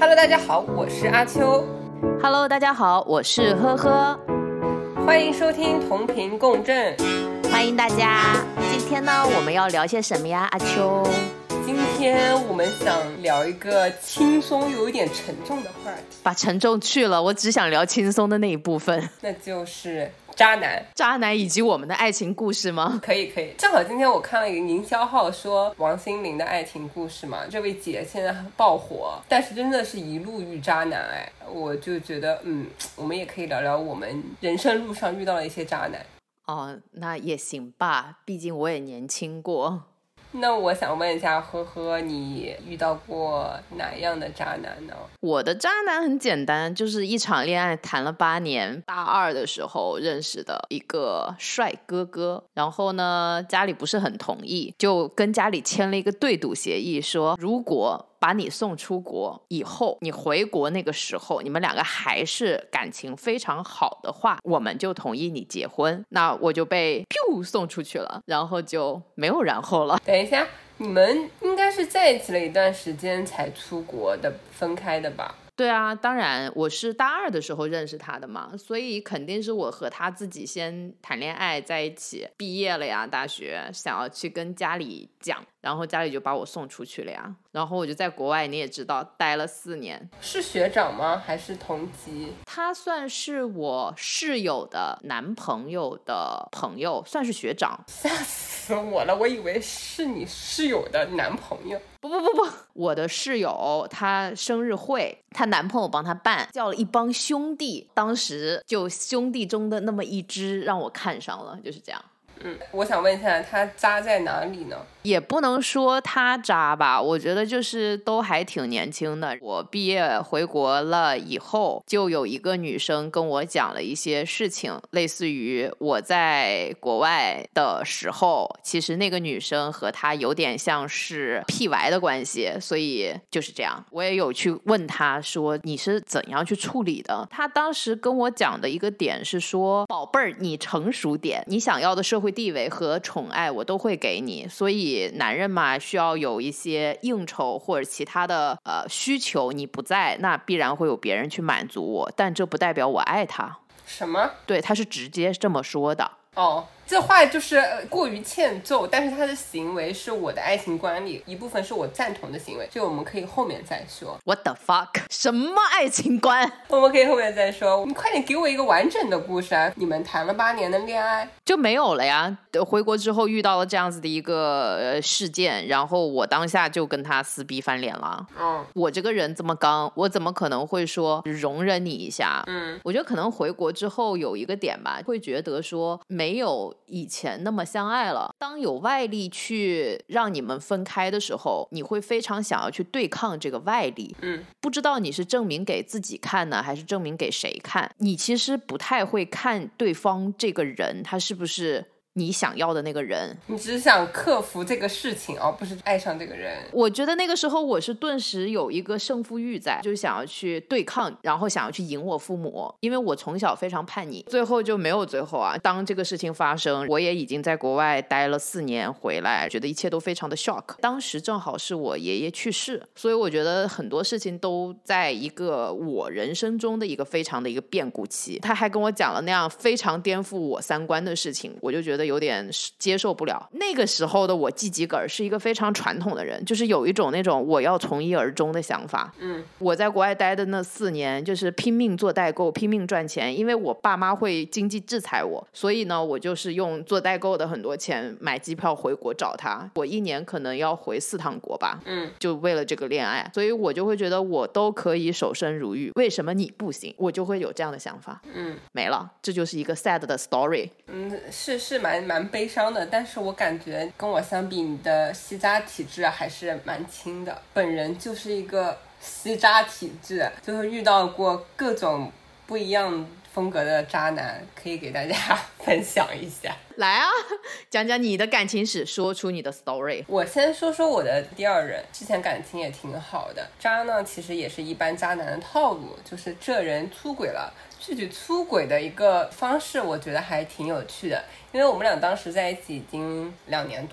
Hello， 大家好，我是阿秋。 Hello， 大家好，我是呵呵。 欢迎收听同频共振。 欢迎大家。今天呢，我们要聊些什么呀，阿秋？ 今天我们想聊一个轻松有一点沉重的话题。 把沉重去了，我只想聊轻松的那一部分。 那就是渣男以及我们的爱情故事吗？ 可以，正好今天我看了一个营销号说王心凌的爱情故事嘛，这位姐现在爆火，但是真的是一路遇渣男哎，我就觉得我们也可以聊聊我们人生路上遇到了一些渣男。 哦，那也行吧，毕竟我也年轻过。 那我想问一下呵呵，你遇到过哪样的渣男呢？ 我的渣男很简单，就是一场恋爱谈了8年，大2的时候认识的一个帅哥哥，然后呢家里不是很同意，就跟家里签了一个对赌协议，说如果把你送出国以后，你回国那个时候你们两个还是感情非常好的话，我们就同意你结婚。那我就被送出去了，然后就没有然后了。 等一下，你们应该是在一起了一段时间才出国的，分开的吧？ 对啊，当然我是大2的时候认识他的嘛，所以肯定是我和他自己先谈恋爱在一起，毕业了呀，大学想要去跟家里讲，然后家里就把我送出去了呀，然后我就在国外，你也知道待了4年。 是学长吗？还是同级？ 他算是我室友的男朋友的朋友，算是学长。 吓死我了，我以为是你室友的男朋友。 不，我的室友他生日会，她男朋友帮她办，叫了一帮兄弟，当时就兄弟中的那么一只让我看上了，就是这样。 我想问一下，他渣在哪里呢？ 也不能说他渣吧，我觉得就是都还挺年轻的。我毕业回国了以后，就有一个女生跟我讲了一些事情，类似于我在国外的时候，其实那个女生和他有点像是 PY 的关系，所以就是这样。我也有去问他说你是怎样去处理的，他当时跟我讲的一个点是说，宝贝儿，你成熟点，你想要的社会地位和宠爱我都会给你，所以男人嘛，需要有一些应酬或者其他的需求，你不在，那必然会有别人去满足我，但这不代表我爱他。 什么？ 对，他是直接这么说的。 哦，这话就是过于欠揍，但是他的行为是我的爱情观里一部分是我赞同的行为，这个我们可以后面再说。 What the fuck， 什么爱情观？ 我们可以后面再说，你快点给我一个完整的故事啊！你们谈了8年的恋爱就没有了呀，回国之后遇到了这样子的一个事件，然后我当下就跟他撕逼翻脸了。我这个人这么刚，我怎么可能会说容忍你一下？我觉得可能回国之后有一个点吧，会觉得说没有以前那么相爱了。当有外力去让你们分开的时候，你会非常想要去对抗这个外力。不知道你是证明给自己看呢，还是证明给谁看？你其实不太会看对方这个人，他是不是你想要的那个人， 你只想克服这个事情，而不是爱上这个人。 我觉得那个时候我是顿时有一个胜负欲在，就想要去对抗，然后想要去赢我父母，因为我从小非常叛逆，最后就没有最后啊。当这个事情发生，我也已经在国外待了4年回来，觉得一切都非常的 shock。 当时正好是我爷爷去世，所以我觉得很多事情都在一个我人生中的一个非常的一个变故期。他还跟我讲了那样非常颠覆我3观的事情，我就觉得有点接受不了。那个时候的我季吉格尔是一个非常传统的人，就是有一种那种我要从一而终的想法。我在国外待的那4年就是拼命做代购，拼命赚钱，因为我爸妈会经济制裁我，所以呢我就是用做代购的很多钱买机票回国找他。我1年可能要回4趟国吧，就为了这个恋爱，所以我就会觉得我都可以守身如玉，为什么你不行？我就会有这样的想法。没了，这就是一个 sad 的 story。 是蛮悲伤的，但是我感觉跟我相比，你的吸渣体质还是蛮轻的。本人就是一个吸渣体质，就是遇到过各种不一样风格的渣男，可以给大家分享一下。 来啊，讲讲你的感情史，说出你的 story。 我先说说我的第2任，之前感情也挺好的。渣呢其实也是一般渣男的套路，就是这人出轨了，具体出轨的一个方式我觉得还挺有趣的。因为我们俩当时在一起已经2年多了，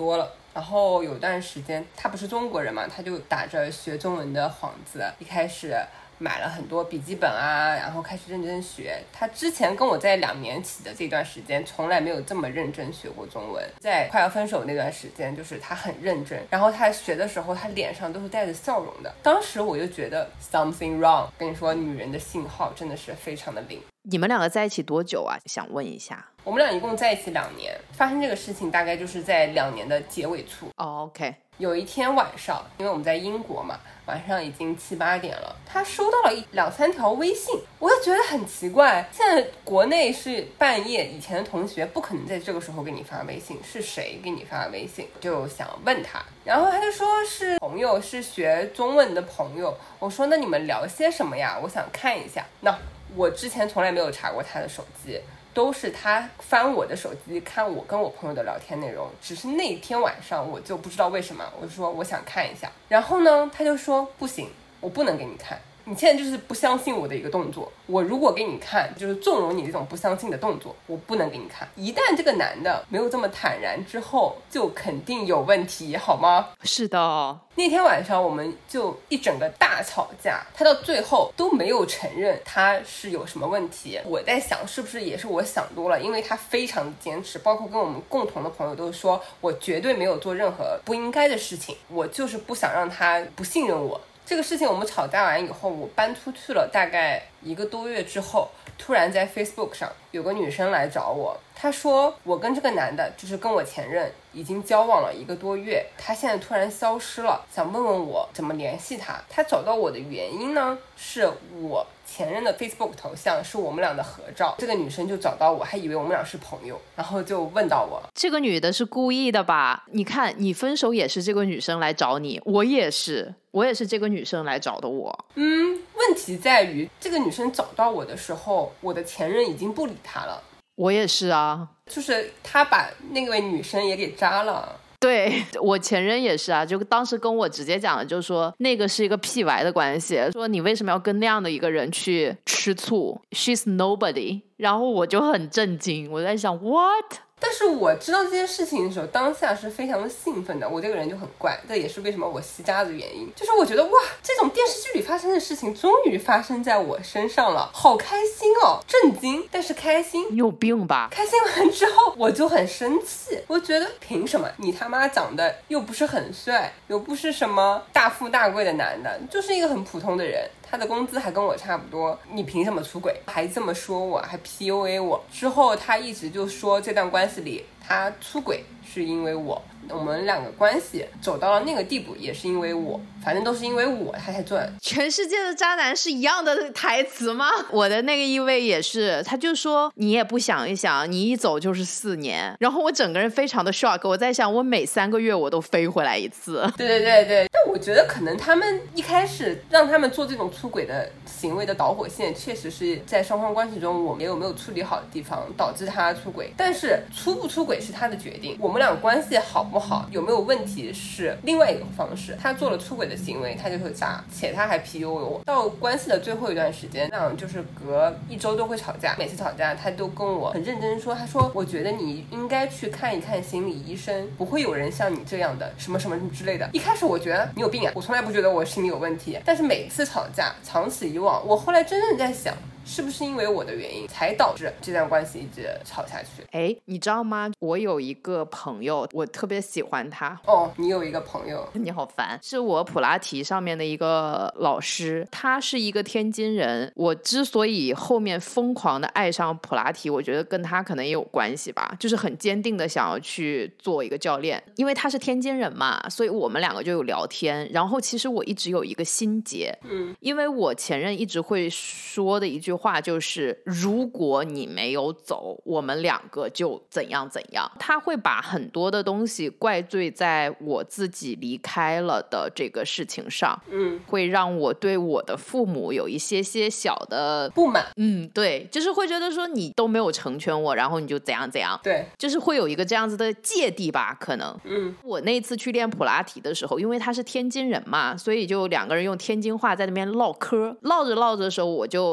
然后有段时间他不是中国人嘛，他就打着学中文的幌子，一开始买了很多笔记本啊，然后开始认真学。他之前跟我在2年起的这段时间从来没有这么认真学过中文，在快要分手那段时间就是他很认真，然后他学的时候他脸上都是带着笑容的。当时我就觉得 something wrong， 跟你说女人的信号真的是非常的灵。 你们两个在一起多久啊？想问一下。 我们俩一共在一起2年，发生这个事情大概就是在2年的结尾处。 OK。 有一天晚上，因为我们在英国嘛，晚上已经7、8点了，他收到了2、3条微信，我就觉得很奇怪。现在国内是半夜，以前的同学不可能在这个时候给你发微信，是谁给你发微信？就想问他，然后他就说是朋友，是学中文的朋友。我说那你们聊些什么呀？我想看一下。那我之前从来没有查过他的手机，都是他翻我的手机看我跟我朋友的聊天内容，只是那天晚上我就不知道为什么，我就说我想看一下，然后呢他就说不行，我不能给你看，你现在就是不相信我的一个动作，我如果给你看就是纵容你这种不相信的动作，我不能给你看。一旦这个男的没有这么坦然之后，就肯定有问题，好吗？ 是的。 那天晚上我们就一整个大吵架，他到最后都没有承认他是有什么问题。我在想是不是也是我想多了，因为他非常的坚持，包括跟我们共同的朋友都说我绝对没有做任何不应该的事情，我就是不想让他不信任我。这个事情我们吵架完以后，我搬出去了大概1个多月之后，突然在 Facebook 上有个女生来找我，她说我跟这个男的就是跟我前任已经交往了1个多月，他现在突然消失了，想问问我怎么联系他。他找到我的原因呢，是我前任的 Facebook 头像是我们俩的合照，这个女生就找到我，还以为我们俩是朋友，然后就问到我。 这个女的是故意的吧？你看你分手也是这个女生来找你，我也是这个女生来找的我。 问题在于这个女生找到我的时候，我的前任已经不理她了。 我也是啊， 就是他把那位女生也给渣了。 对，我前任也是啊，就当时跟我直接讲的，就是说那个是一个屁娃的关系，说你为什么要跟那样的一个人去吃醋 ，she's nobody。然后我就很震惊，我在想 what。 但是我知道这件事情的时候，当下是非常的兴奋的。我这个人就很怪，这也是为什么我吸渣的原因。就是我觉得哇，这种电视剧里发生的事情终于发生在我身上了，好开心哦，震惊，但是开心。 你有病吧？ 开心完之后，我就很生气，我觉得凭什么你他妈长得又不是很帅，又不是什么大富大贵的男的，就是一个很普通的人。他的工资还跟我差不多，你凭什么出轨？还这么说我，还 PUA 我。之后他一直就说这段关系里他出轨是因为我们2个关系走到了那个地步也是因为我，反正都是因为我他才赚。 全世界的渣男是一样的台词吗？我的那个一位也是，他就说你也不想一想，你一走就是4年。然后我整个人非常的 shock， 我在想我每3个月我都飞回来一次。 对，但我觉得可能他们一开始让他们做这种出轨的行为的导火线确实是在双方关系中我们有没有处理好的地方导致他出轨，但是出不出轨是他的决定，我们俩关系好不好有没有问题是另外一个方式。他做了出轨的行为他就会渣，且他还 PUA 我。到关系的最后一段时间，那样就是隔1周都会吵架，每次吵架他都跟我很认真说，他说我觉得你应该去看一看心理医生，不会有人像你这样的什么什么之类的。一开始我觉得你有病啊，我从来不觉得我心里有问题，但是每次吵架长此以往，我后来真正在想是不是因为我的原因才导致这段关系一直吵下去。 哎，你知道吗？我有一个朋友，我特别喜欢他。 哦，你有一个朋友？ 你好烦。是我普拉提上面的一个老师，他是一个天津人。我之所以后面疯狂的爱上普拉提，我觉得跟他可能也有关系吧，就是很坚定的想要去做一个教练。因为他是天津人嘛，所以我们2个就有聊天。然后其实我一直有一个心结，因为我前任一直会说的一句话就是如果你没有走，我们2个就怎样怎样。他会把很多的东西怪罪在我自己离开了的这个事情上，会让我对我的父母有一些小的不满。 对，就是会觉得说你都没有成全我，然后你就怎样怎样。 对， 就是会有一个这样子的芥蒂吧，可能。我那次去练普拉提的时候，因为他是天津人嘛，所以就2个人用天津话在那边唠嗑，唠着唠着的时候，我就不知道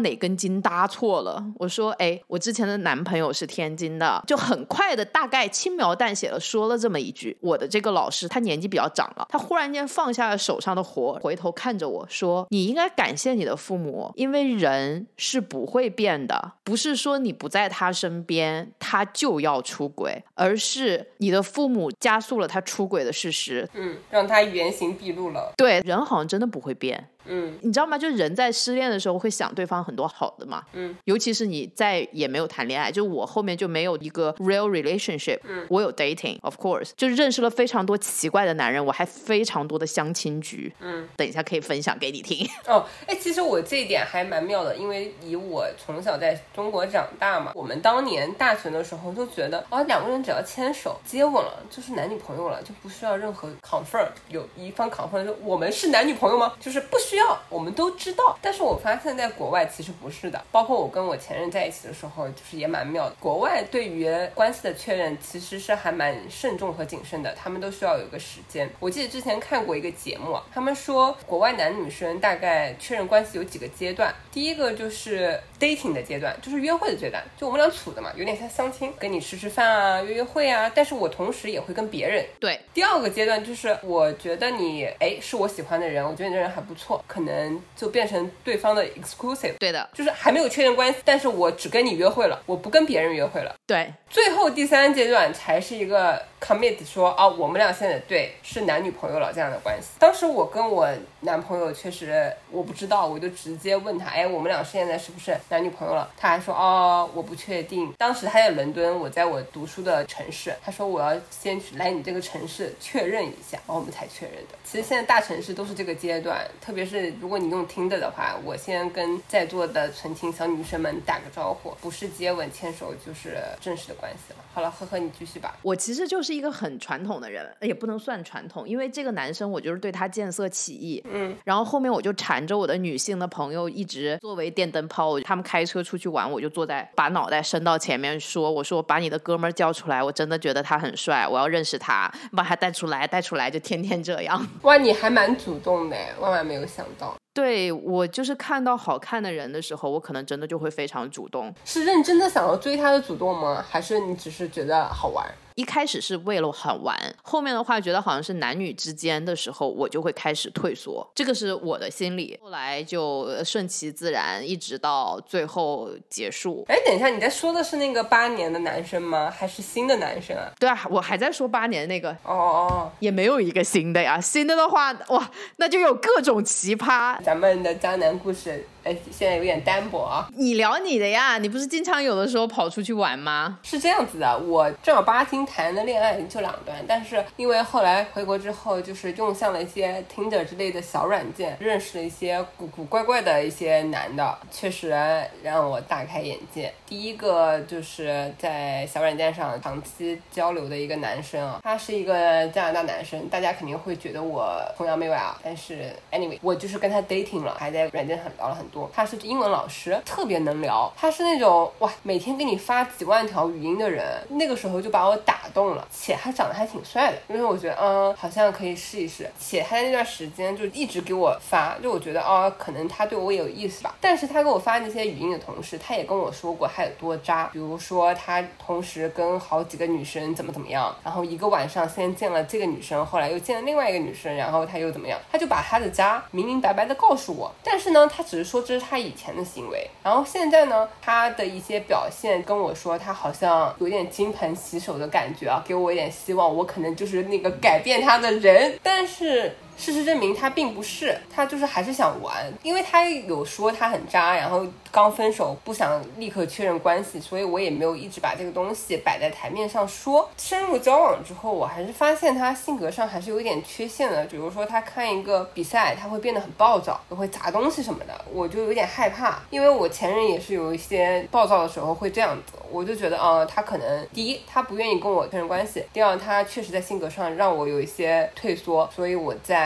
哪根筋搭错了。我说我之前的男朋友是天津的，就很快的大概轻描淡写的说了这么一句。我的这个老师他年纪比较长了，他忽然间放下了手上的活，回头看着我说，你应该感谢你的父母，因为人是不会变的，不是说你不在他身边他就要出轨，而是你的父母加速了他出轨的事实， 让他原形毕露了。 对，人好像真的不会变。你知道吗？就人在失恋的时候会想对方很多好的嘛，尤其是你再也没有谈恋爱，就我后面就没有一个 real relationship，我有 dating of course， 就认识了非常多奇怪的男人，我还非常多的相亲局，等一下可以分享给你听。 其实我这一点还蛮妙的，因为以我从小在中国长大嘛，我们当年大学的时候就觉得两个人只要牵手接吻了就是男女朋友了，就不需要任何 confirm， 有一方 confirm 说我们是男女朋友吗？就是不需要，我们都知道。但是我发现在国外其实不是的，包括我跟我前任在一起的时候，就是也蛮妙的。国外对于关系的确认其实是还蛮慎重和谨慎的，他们都需要有一个时间。我记得之前看过一个节目，他们说国外男女生大概确认关系有几个阶段，第一个就是 dating 的阶段，就是约会的阶段，就我们俩处的嘛，有点像相亲，跟你吃吃饭啊，约约会啊，但是我同时也会跟别人。 对， 第二个阶段就是我觉得你是我喜欢的人，我觉得你这人还不错，可能就变成对方的 exclusive。 对的， 就是还没有确认关系，但是我只跟你约会了，我不跟别人约会了。 对， 最后第三阶段才是一个 commit， 说我们俩现在是男女朋友了这样的关系。当时我跟我男朋友确实我不知道，我就直接问他我们俩现在是不是男女朋友了，他还说我不确定。当时他在伦敦，我在我读书的城市，他说我要先去来你这个城市确认一下，然后我们才确认的。其实现在大城市都是这个阶段，特别是如果你用Tinder的话，我先跟在座的纯情小女生们打个招呼，不是接吻牵手就是正式的关系了。好了，呵呵，你继续吧。 我其实就是一个很传统的人，也不能算传统，因为这个男生我就是对他见色起意，然后后面我就缠着我的女性的朋友一直作为电灯泡，他们开车出去玩，我就坐在把脑袋伸到前面说，我说把你的哥们儿叫出来，我真的觉得他很帅，我要认识他，把他带出来，就天天这样。 哇，你还蛮主动的，万万没有想到。 对，我就是看到好看的人的时候，我可能真的就会非常主动。 是认真的想要追他的主动吗？还是你只是觉得好玩？ 一开始是为了好玩，后面的话觉得好像是男女之间的时候，我就会开始退缩，这个是我的心理。后来就顺其自然，一直到最后结束。 等一下，你在说的是那个8年的男生吗？还是新的男生啊？ 对啊，我还在说8年那个。 也没有一个新的呀，新的话哇，那就有各种奇葩。 咱们的渣男故事现在有点单薄啊。 你聊你的呀，你不是经常有的时候跑出去玩吗？ 是这样子的，我正儿八经谈的恋爱就2段，但是因为后来回国之后，就是用上了一些 Tinder 之类的小软件，认识了一些古古怪怪的一些男的，确实让我大开眼界。第一个就是在小软件上长期交流的一个男生啊，他是一个加拿大男生，大家肯定会觉得我崇洋媚外啊，但是 anyway 我就是跟他 dating 了，还在软件上聊了很多。他是英文老师，特别能聊，他是那种每天给你发几万条语音的人，那个时候就把我打动了，且他长得还挺帅的，因为我觉得好像可以试一试，且他在那段时间就一直给我发，就我觉得可能他对我也有意思吧。但是他给我发那些语音的同时，他也跟我说过他有多渣，比如说他同时跟好几个女生怎么样，然后一个晚上先见了这个女生，后来又见了另外一个女生，然后他又怎么样，他就把他的渣明明白白的告诉我。但是呢，他只是说这是他以前的行为，然后现在呢，他的一些表现跟我说他好像有点金盆洗手的感觉啊，给我一点希望，我可能就是那个改变他的人。但是事实证明他并不是，他就是还是想玩，因为他有说他很渣，然后刚分手不想立刻确认关系，所以我也没有一直把这个东西摆在台面上说。深入交往之后，我还是发现他性格上还是有一点缺陷的，比如说他看一个比赛他会变得很暴躁，会砸东西什么的，我就有点害怕，因为我前任也是有一些暴躁的时候会这样子，我就觉得他可能第一他不愿意跟我确认关系，第二他确实在性格上让我有一些退缩，所以我在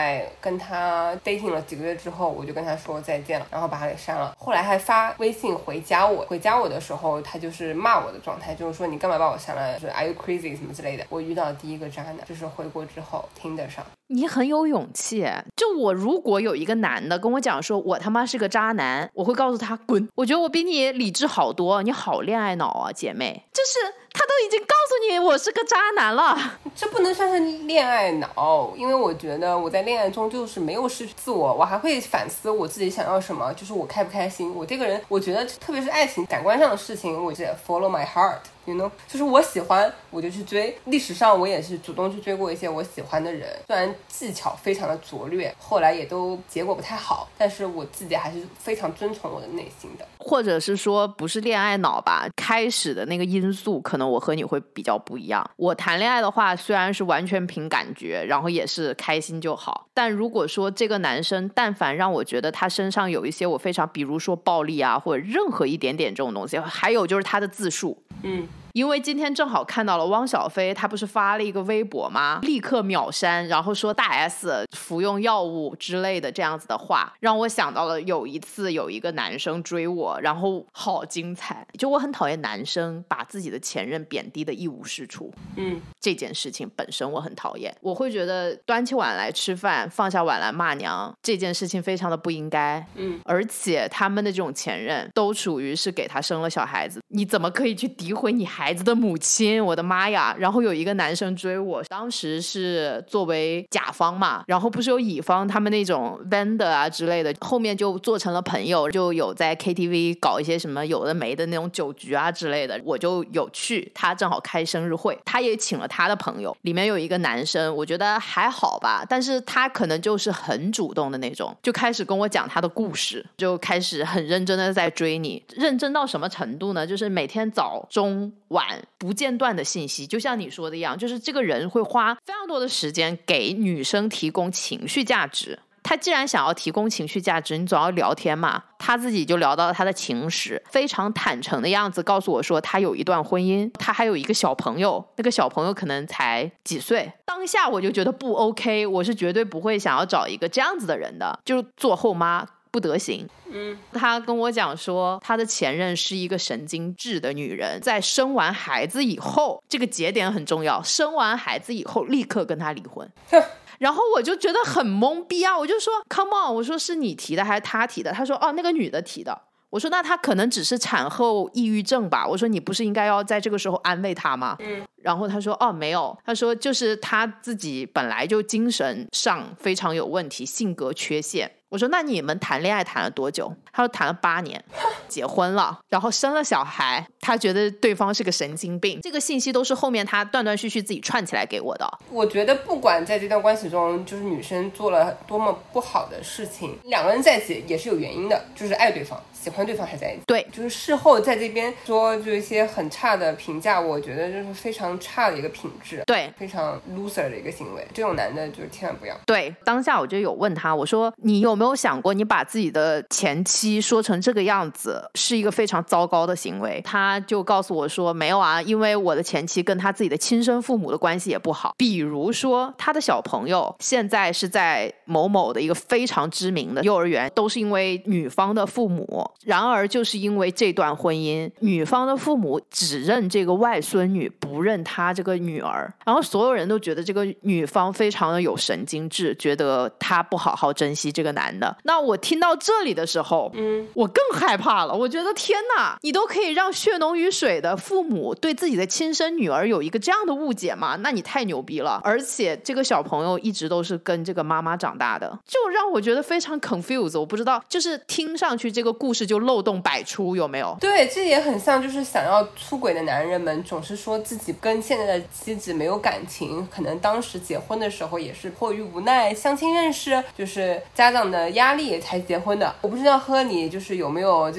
在跟他 dating 了几个月之后，我就跟他说再见了，然后把他给删了。后来还发微信回加我的时候，他就是骂我的状态，就是说你干嘛把我删了，就是 are you crazy 什么之类的。我遇到的第一个渣男就是回国之后听得上。 你很有勇气。就我如果有一个男的跟我讲说我他妈是个渣男，我会告诉他滚。我觉得我比你理智好多，你好恋爱脑啊姐妹，就是他都已经告诉你我是个渣男了。 这不能算是恋爱脑，因为我觉得我在恋爱中就是没有失去自我，我还会反思我自己想要什么，就是我开不开心。我这个人我觉得特别是爱情感官上的事情，我是 follow my heart you know， 就是我喜欢我就去追。历史上我也是主动去追过一些我喜欢的人，虽然技巧非常的拙劣，后来也都结果不太好，但是我自己还是非常遵从我的内心的。 或者是说不是恋爱脑吧，开始的那个因素可能我和你会比较不一样。我谈恋爱的话虽然是完全凭感觉，然后也是开心就好，但如果说这个男生但凡让我觉得他身上有一些我非常比如说暴力啊，或者任何一点点这种东西，还有就是他的自述。因为今天正好看到了汪小菲，他不是发了一个微博吗？立刻秒删，然后说大 S 服用药物之类的这样子的话，让我想到了有一次有一个男生追我，然后好精彩。就我很讨厌男生把自己的前任贬低的一无是处。这件事情本身我很讨厌，我会觉得端起碗来吃饭，放下碗来骂娘，这件事情非常的不应该。而且他们的这种前任都属于是给他生了小孩子，你怎么可以去诋毁你孩子的母亲？我的妈呀！然后有一个男生追我，当时是作为甲方嘛，然后不是有乙方他们那种 vendor 啊之类的，后面就做成了朋友，就有在 KTV 搞一些什么有的没的那种酒局啊之类的，我就有去。他正好开生日会，他也请了他的朋友，里面有一个男生，我觉得还好吧，但是他可能就是很主动的那种，就开始跟我讲他的故事，就开始很认真的在追你。认真到什么程度呢？就是每天早中晚不间断的信息，就像你说的一样，就是这个人会花非常多的时间给女生提供情绪价值。他既然想要提供情绪价值，你总要聊天嘛。他自己就聊到了他的情史，非常坦诚的样子告诉我说他有一段婚姻，他还有一个小朋友，那个小朋友可能才几岁。当下我就觉得不 OK， 我是绝对不会想要找一个这样子的人的，就做后妈不得行。他跟我讲说他的前任是一个神经质的女人，在生完孩子以后，这个节点很重要，生完孩子以后立刻跟他离婚。然后我就觉得很懵逼啊，我就说 come on， 我说是你提的还是他提的？他说哦那个女的提的。我说那他可能只是产后抑郁症吧，我说你不是应该要在这个时候安慰他吗？然后他说哦没有，他说就是他自己本来就精神上非常有问题，性格缺陷。我说那你们谈恋爱谈了多久？他说谈了8年，结婚了，然后生了小孩，他觉得对方是个神经病。这个信息都是后面他断断续续自己串起来给我的。 我觉得不管在这段关系中，就是女生做了多么不好的事情，两个人在一起也是有原因的，就是爱对方，喜欢对方还在一起。 对， 就是事后在这边说就一些很差的评价，我觉得就是非常差的一个品质， 对， 非常 loser 的一个行为。这种男的就是千万不要。 对，当下我就有问他，我说你有没有想过，你把自己的前妻说成这个样子是一个非常糟糕的行为？他就告诉我说没有啊，因为我的前妻跟他自己的亲生父母的关系也不好，比如说他的小朋友现在是在某某的一个非常知名的幼儿园，都是因为女方的父母，然而就是因为这段婚姻，女方的父母只认这个外孙女，不认他这个女儿，然后所有人都觉得这个女方非常的有神经质，觉得她不好好珍惜这个男的。那我听到这里的时候，我更害怕了。我觉得天哪，你都可以让血浓于水的父母对自己的亲生女儿有一个这样的误解吗？那你太牛逼了。而且这个小朋友一直都是跟这个妈妈长大的，就让我觉得非常 confused。 我不知道，就是听上去这个故事就漏洞百出，有没有？ 对，这也很像就是想要出轨的男人们总是说自己跟现在的妻子没有感情，可能当时结婚的时候也是迫于无奈，相亲认识，就是家长的压力才结婚的。我不知道和你就是有没有这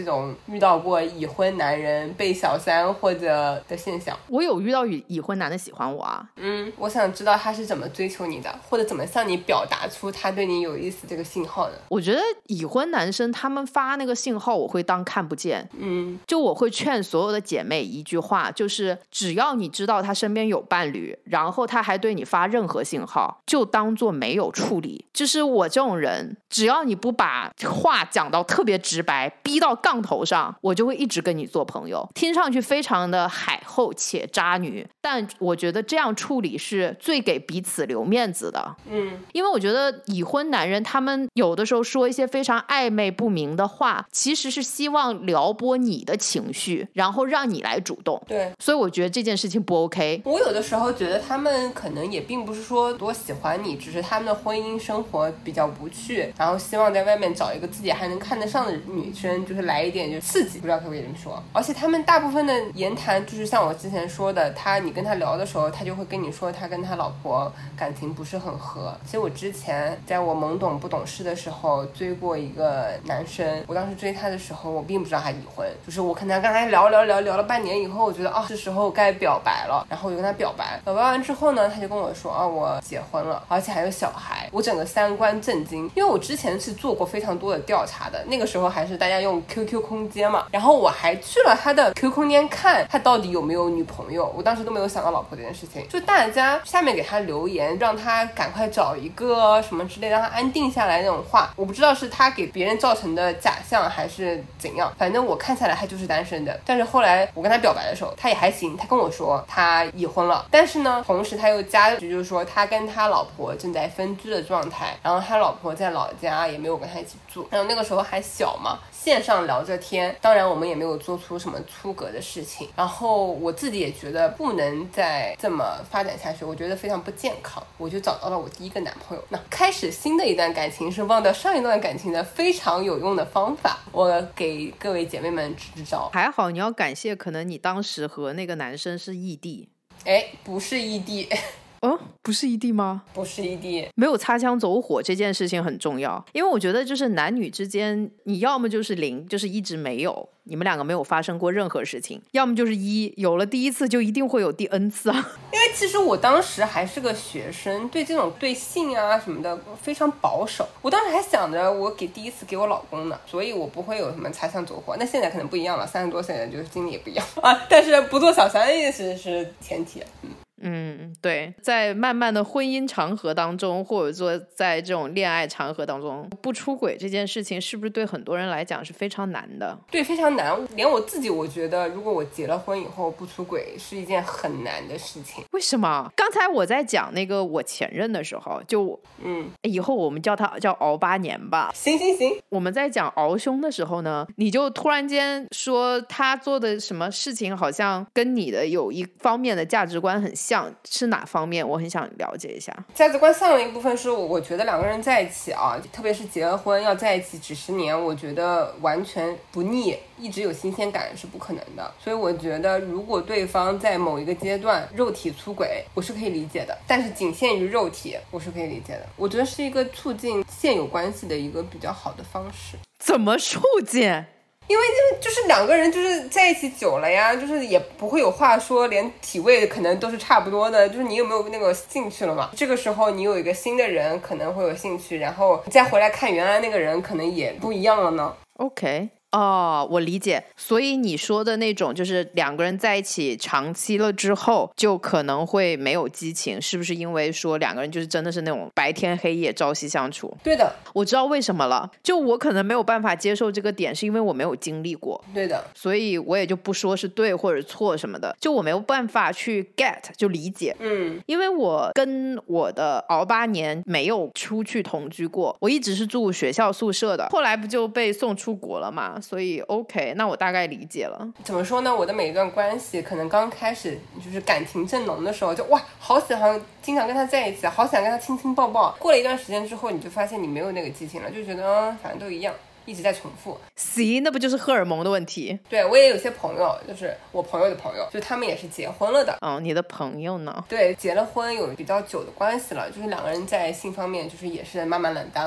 这种遇到过已婚男人被小三或者的现象？ 我有遇到已婚男的喜欢我啊。 我想知道他是怎么追求你的，或者怎么向你表达出他对你有意思这个信号的。 我觉得已婚男生他们发那个信号我会当看不见。就我会劝所有的姐妹一句话，就是只要你知道他身边有伴侣，然后他还对你发任何信号，就当做没有处理。就是我这种人，只要你不把话讲到特别直白，逼到杠头上，我就会一直跟你做朋友。听上去非常的海后且渣女，但我觉得这样处理是最给彼此留面子的。因为我觉得已婚男人他们有的时候说一些非常暧昧不明的话，其实是希望撩拨你的情绪，然后让你来主动。 对， 所以我觉得这件事情不 OK。 我有的时候觉得他们可能也并不是说多喜欢你，只是他们的婚姻生活比较无趣，然后希望在外面找一个自己还能看得上的女生，就是来一点就刺激，不知道可不可以这么说。而且他们大部分的言谈就是像我之前说的，你跟他聊的时候，他就会跟你说他跟他老婆感情不是很合。其实我之前在我懵懂不懂事的时候追过一个男生，我当时追他的时候我并不知道他已婚，就是我可能跟他聊了半年以后，我觉得是时候该表白了，然后我就跟他表白完之后呢，他就跟我说我结婚了，而且还有小孩。我整个三观震惊，因为我之前是做过非常多的调查的，那个时候还是大家用 QQ 空间嘛，然后我还去了他的 QQ 空间看他到底有没有女朋友，我当时都没有想到老婆这件事情，就大家下面给他留言让他赶快找一个什么之类让他安定下来那种话，我不知道是他给别人造成的假象还是怎样，反正我看下来他就是单身的。但是后来我跟他表白的时候他也还行，他跟我说他已婚了，但是呢同时他又加了句，就是说他跟他老婆正在分居的状态，然后他老婆在老家也没有跟他一起住，然后那个时候还小嘛，线上聊着天，当然我们也没有做出什么出格的事情，然后我自己也觉得不能再这么发展下去，我觉得非常不健康，我就找到了我第一个男朋友。那开始新的一段感情是忘掉上一段感情的非常有用的方法，我给各位姐妹们支支招。 还好你要感谢可能你当时和那个男生是异地。 不是异地。 不是异地吗？ 不是异地， 没有擦枪走火这件事情很重要，因为我觉得就是男女之间，你要么就是零，就是一直没有，你们两个没有发生过任何事情，要么就是一，有了第一次就一定会有第 N 次啊。 因为其实我当时还是个学生，对这种对性啊什么的非常保守，我当时还想着我给第一次给我老公呢，所以我不会有什么擦枪走火。那现在可能不一样了，30多岁的就是经历也不一样但是不做小三意识是前提。 对，在漫漫的婚姻长河当中，或者说在这种恋爱长河当中，不出轨这件事情是不是对很多人来讲是非常难的？ 对，非常难，连我自己我觉得如果我结了婚以后不出轨是一件很难的事情。 为什么？刚才我在讲那个我前任的时候，就以后我们叫他叫熬8年吧。 行， 我们在讲熬凶的时候呢，你就突然间说他做的什么事情好像跟你的有一方面的价值观很像，是哪方面？我很想了解一下。 价值观像的一部分是我觉得两个人在一起特别是结了婚要在一起几十年，我觉得完全不腻，一直有新鲜感是不可能的。所以我觉得如果对方在某一个阶段肉体出轨，我是可以理解的，但是仅限于肉体我是可以理解的。我觉得是一个促进现有关系的一个比较好的方式。 怎么促进？ 因为就是两个人就是在一起久了呀，就是也不会有话说，连体位可能都是差不多的，就是你有没有那个兴趣了嘛？这个时候你有一个新的人可能会有兴趣，然后你再回来看原来那个人可能也不一样了呢。 OK，我理解。所以你说的那种就是两个人在一起长期了之后就可能会没有激情，是不是因为说两个人就是真的是那种白天黑夜朝夕相处？ 对的， 我知道为什么了，就我可能没有办法接受这个点，是因为我没有经历过。 对的， 所以我也就不说是对或者错什么的，就我没有办法去 get 就理解。因为我跟我的熬8年没有出去同居过，我一直是住学校宿舍的，后来不就被送出国了嘛，所以 OK， 那我大概理解了。 怎么说呢，我的每一段关系可能刚开始就是感情正浓的时候就哇好喜欢经常跟他在一起，好想跟他亲亲抱抱，过了一段时间之后你就发现你没有那个激情了，就觉得反正都一样，一直在重复。 那不就是荷尔蒙的问题？ 对，我也有些朋友，就是我朋友的朋友，就他们也是结婚了的。 你的朋友呢？ 对，结了婚有比较久的关系了，就是两个人在性方面就是也是慢慢冷淡了，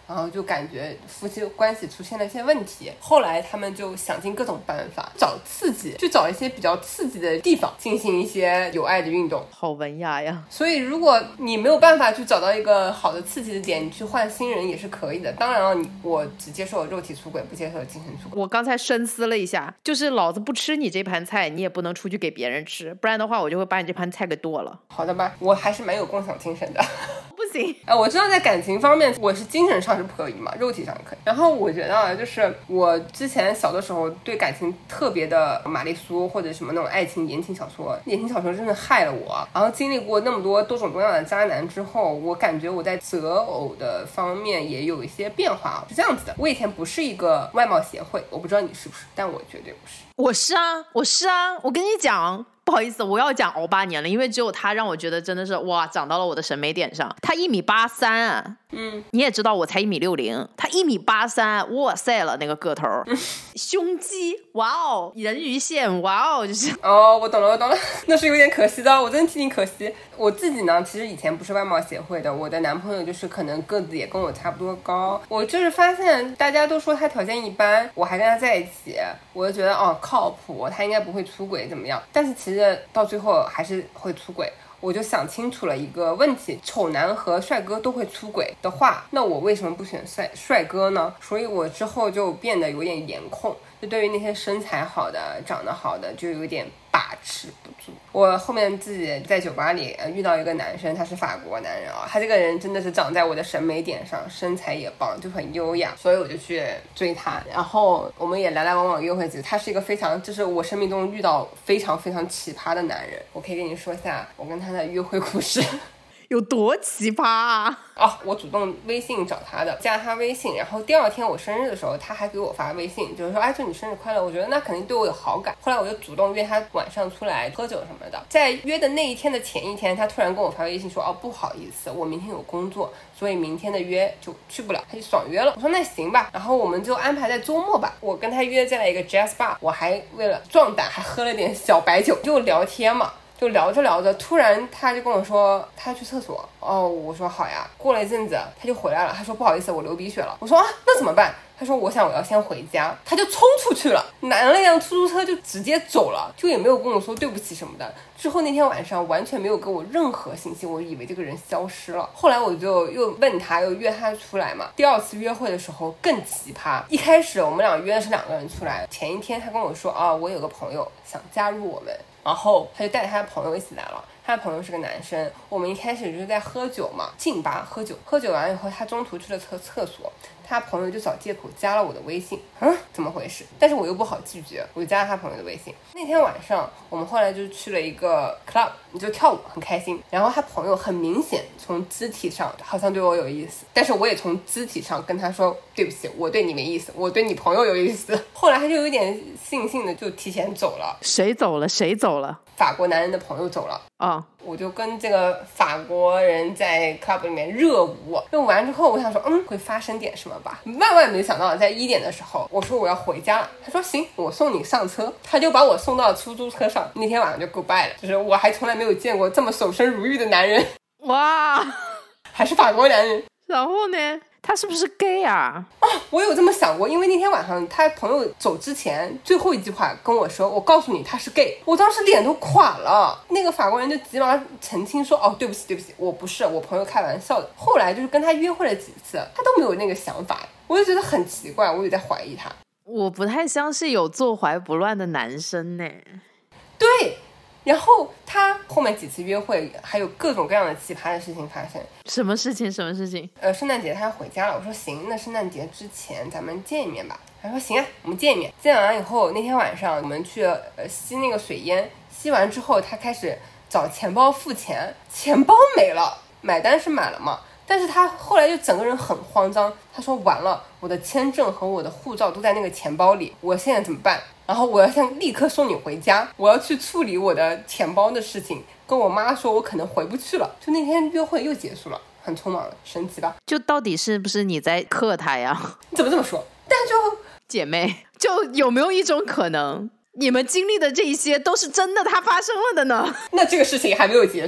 然后就感觉夫妻关系出现了一些问题。后来他们就想尽各种办法找刺激，去找一些比较刺激的地方进行一些有爱的运动。 好文雅呀。 所以如果你没有办法去找到一个好的刺激的点，你去换新人也是可以的。当然了，我只接受肉体出轨，不接受精神出轨。 我刚才深思了一下，就是老子不吃你这盘菜，你也不能出去给别人吃，不然的话我就会把你这盘菜给剁了。 好的吧，我还是蛮有共享精神的。 不行， 我知道在感情方面我是精神上是不可以嘛，肉体上可以。然后我觉得就是我之前小的时候对感情特别的玛丽苏或者什么那种爱情言情小说真的害了我。然后经历过那么多多种多样的渣男之后，我感觉我在择偶的方面也有一些变化。是这样子的，我以前不是一个外貌协会，我不知道你是不是，但我绝对不是。 我是啊，我跟你讲，不好意思，我要讲欧巴年了，因为只有他让我觉得真的是哇，长到了我的审美点上。他1.83米啊，你也知道我才1.60米，他1.83米，哇塞了那个个头，胸肌，哇哦，人鱼线，哇哦，就是我懂了，那是有点可惜的，我真的替你可惜。我自己呢，其实以前不是外貌协会的，我的男朋友就是可能个子也跟我差不多高，我就是发现大家都说他条件一般，我还跟他在一起，我就觉得靠谱，他应该不会出轨怎么样，但是其实到最后还是会出轨。我就想清楚了一个问题，丑男和帅哥都会出轨的话，那我为什么不选帅哥呢？所以我之后就变得有点颜控，就对于那些身材好的长得好的就有点把持不住。我后面自己在酒吧里遇到一个男生，他是法国男人他这个人真的是长在我的审美点上，身材也棒，就很优雅，所以我就去追他，然后我们也来来往往约会几次。他是一个非常，就是我生命中遇到非常非常奇葩的男人。我可以跟你说一下我跟他的约会故事。 有多奇葩啊！ 我主动微信找他的，加他微信，然后第二天我生日的时候，他还给我发微信，就是说祝你生日快乐。我觉得那肯定对我有好感。后来我就主动约他晚上出来喝酒什么的。在约的那一天的前一天，他突然跟我发微信说不好意思，我明天有工作，所以明天的约就去不了，他就爽约了。我说那行吧，然后我们就安排在周末吧。我跟他约在了一个 jazz bar， 我还为了壮胆还喝了点小白酒，就聊天嘛。就聊着聊着，突然他就跟我说他去厕所。我说好呀。过了一阵子他就回来了，他说不好意思，我流鼻血了。我说那怎么办？他说我要先回家。他就冲出去了，拿了辆出租车就直接走了，就也没有跟我说对不起什么的。之后那天晚上完全没有给我任何信息，我以为这个人消失了。后来我就又问他，又约他出来嘛。第二次约会的时候更奇葩。一开始我们俩约的是2个人出来，前一天他跟我说我有个朋友想加入我们，然后他就带他的朋友一起来了。他的朋友是个男生，我们一开始就是在喝酒嘛，劲吧喝酒，喝酒完以后他中途去了厕所，他朋友就找借口加了我的微信，怎么回事？但是我又不好拒绝，我就加了他朋友的微信。那天晚上我们后来就去了一个 club， 就跳舞，很开心。然后他朋友很明显从肢体上好像对我有意思，但是我也从肢体上跟他说对不起，我对你没意思，我对你朋友有意思。后来他就有点悻悻的就提前走了。 谁走了？ 法国男人的朋友走了。 我就跟这个法国人在 club 里面热舞，热舞完之后我想说会发生点什么吧。万万没想到在1点的时候我说我要回家了，他说行，我送你上车。他就把我送到了出租车上。那天晚上就 goodbye 了，就是我还从来没有见过这么守身如玉的男人。 哇， 还是法国男人。 然后呢，他是不是 gay 啊？ 我有这么想过，因为那天晚上他朋友走之前最后一句话跟我说，我告诉你他是 gay。我当时脸都垮了。那个法国人就急忙澄清说对不起，我不是，我朋友开玩笑的。后来就是跟他约会了几次，他都没有那个想法，我就觉得很奇怪，我也在怀疑他。 我不太相信有坐怀不乱的男生呢。 对，然后他后面几次约会还有各种各样的奇葩的事情发生。 什么事情？ 圣诞节他要回家了，我说行，那圣诞节之前咱们见一面吧。他说行啊，我们见一面。见完以后，那天晚上我们去吸那个水烟，吸完之后他开始找钱包付钱，钱包没了，买单是买了嘛，但是他后来就整个人很慌张。他说完了，我的签证和我的护照都在那个钱包里，我现在怎么办？然后我要先立刻送你回家，我要去处理我的钱包的事情，跟我妈说我可能回不去了。就那天约会又结束了，很匆忙了，神奇吧？ 就到底是不是你在克他呀？ 你怎么这么说？但就姐妹，就有没有一种可能，你们经历的这一些都是真的它发生了的呢？ 那这个事情还没有结束。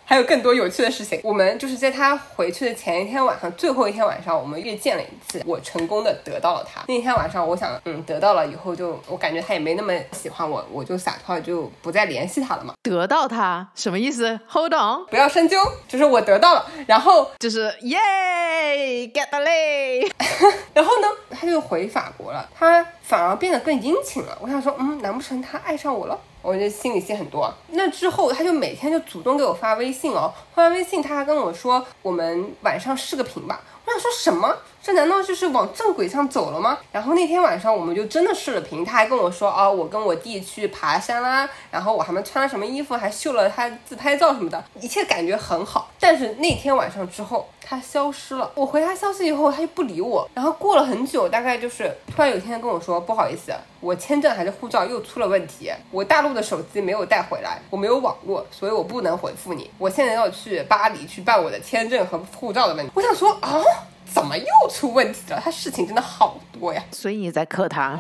还有更多有趣的事情。我们就是在他回去的前一天晚上，最后一天晚上，我们约见了一次，我成功的得到了他。那天晚上我想得到了以后就我感觉他也没那么喜欢我，我就洒脱就不再联系他了嘛。 得到他什么意思？ Hold on， 不要深究，就是我得到了，然后就是耶 get the lay 然后呢他就回法国了，他反而变得更殷勤了。我想说难不成他爱上我了？我就心里戏很多。那之后他就每天就主动给我发微信哦，发完微信他还跟我说我们晚上视个频吧。我想说什么？这难道就是往正轨上走了吗？然后那天晚上我们就真的视了频，他还跟我说我跟我弟去爬山啦，然后我还穿了什么衣服，还秀了他自拍照什么的，一切感觉很好。但是那天晚上之后他消失了，我回他消息以后他就不理我，然后过了很久，大概就是突然有一天跟我说不好意思，我签证还是护照又出了问题，我大陆的手机没有带回来，我没有网络，所以我不能回复你，我现在要去巴黎去办我的签证和护照的问题。我想说怎么又出问题了？他事情真的好多呀。 所以你在克他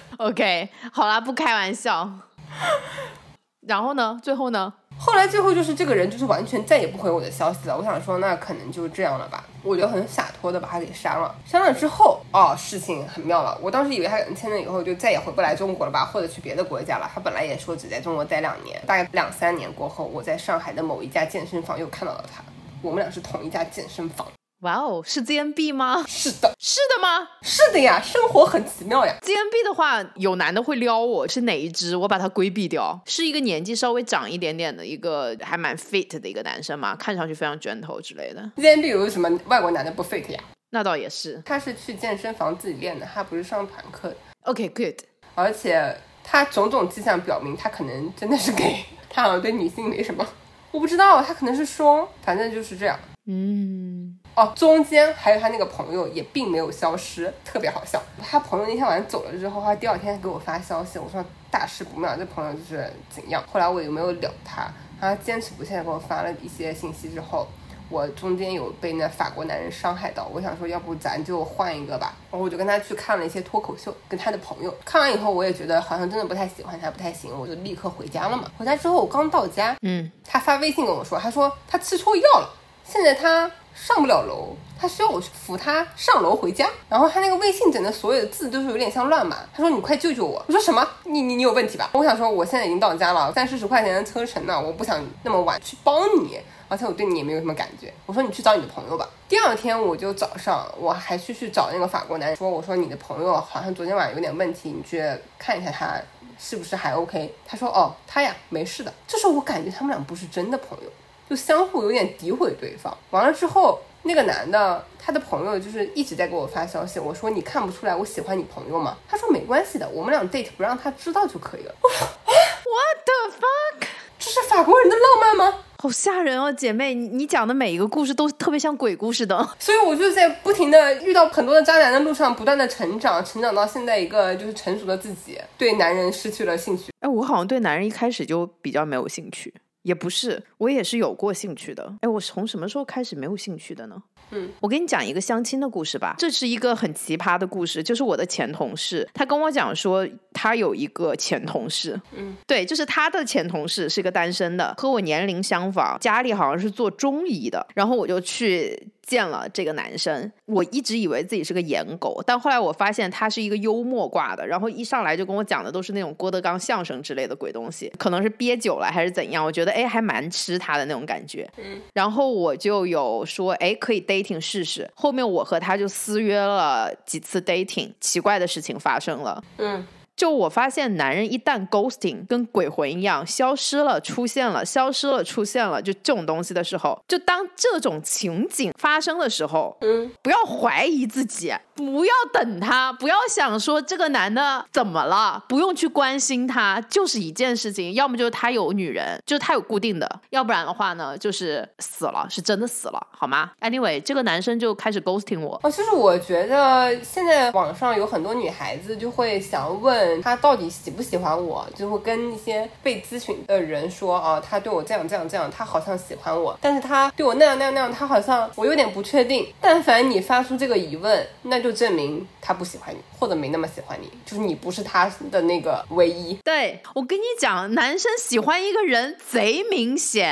OK 好啦，不开玩笑。然后呢最后呢？ 后来最后就是这个人就是完全再也不回我的消息了。我想说那可能就这样了吧，我就很洒脱的把他给删了。删了之后事情很妙了，我当时以为他签证以后就再也回不来中国了吧，或者去别的国家了。他本来也说只在中国待2年，大概2-3年过后，我在上海的某一家健身房又看到了他，我们俩是同一家健身房。 哇哦，是 ZNB 吗？ 是的。 是的吗？ 是的呀，生活很奇妙呀。 ZNB 的话有男的会撩我，是哪一支？我把他规避掉。是一个年纪稍微长一点点的一个还蛮 fit 的一个男生嘛，看上去非常卷头之类的。 ZNB 有什么外国男的不 fit 呀？那倒也是， 他是去健身房自己练的，他不是上团课的。 OK good。 而且他种种迹象表明他可能真的是gay，他好像对女性没什么，我不知道，他可能是双，反正就是这样。中间还有他那个朋友也并没有消失，特别好笑。他朋友那天晚上走了之后，他第2天给我发消息，我说大事不妙，这朋友就是怎样。后来我也没有聊他，他坚持不下来给我发了一些信息之后，我中间有被那法国男人伤害到，我想说要不咱就换一个吧。然后我就跟他去看了一些脱口秀，跟他的朋友看完以后，我也觉得好像真的不太喜欢他，不太行，我就立刻回家了嘛。回家之后我刚到家，他发微信跟我说，他说他吃错药了，现在他上不了楼，他需要我扶他上楼回家。然后他那个微信整的所有的字都是有点像乱码，他说你快救救我。我说什么？你有问题吧？我想说我现在已经到家了，30-40块钱的车程呢，我不想那么晚去帮你，而且我对你也没有什么感觉。我说你去找你的朋友吧。第2天我就早上我还去找那个法国男人，我说你的朋友好像昨天晚上有点问题，你去看一下他是不是还 OK。他说他呀没事的。这时候我感觉他们俩不是真的朋友，就相互有点诋毁对方。完了之后那个男的他的朋友就是一直在给我发消息，我说你看不出来我喜欢你朋友吗？他说没关系的，我们俩 date 不让他知道就可以了。 What the fuck？ 这是法国人的浪漫吗？ 好吓人哦，姐妹，你讲的每一个故事都特别像鬼故事的。 所以我就在不停的遇到很多的渣男的路上不断的成长到现在一个就是成熟的自己，对男人失去了兴趣。 我好像对男人一开始就比较没有兴趣。也不是，我也是有过兴趣的。我从什么时候开始没有兴趣的呢？我给你讲一个相亲的故事吧。这是一个很奇葩的故事，就是我的前同事，他跟我讲说他有一个前同事，对，就是他的前同事是个单身的，和我年龄相仿，家里好像是做中医的。然后我就去见了这个男生，我一直以为自己是个颜狗，但后来我发现他是一个幽默挂的，然后一上来就跟我讲的都是那种郭德纲相声之类的鬼东西，可能是憋久了还是怎样，我觉得还蛮吃他的那种感觉。然后我就有说可以 dating 试试，后面我和他就私约了几次 dating， 奇怪的事情发生了。就我发现男人一旦 ghosting 跟鬼魂一样消失了出现了消失了出现了，就这种东西的时候，就当这种情景发生的时候，不要怀疑自己，不要等他，不要想说这个男的怎么了，不用去关心他，就是一件事情，要么就是他有女人，就是他有固定的，要不然的话呢就是死了，是真的死了，好吗？ Anyway 这个男生就开始 ghosting 我。 就是我觉得现在网上有很多女孩子就会想问他到底喜不喜欢我，就会跟一些被咨询的人说他对我这样这样这样，他好像喜欢我，但是他对我那样那样那样，他好像我有点不确定。但凡你发出这个疑问，那就证明他不喜欢你，或者没那么喜欢你，就是你不是他的那个唯一。 对，我跟你讲，男生喜欢一个人贼明显，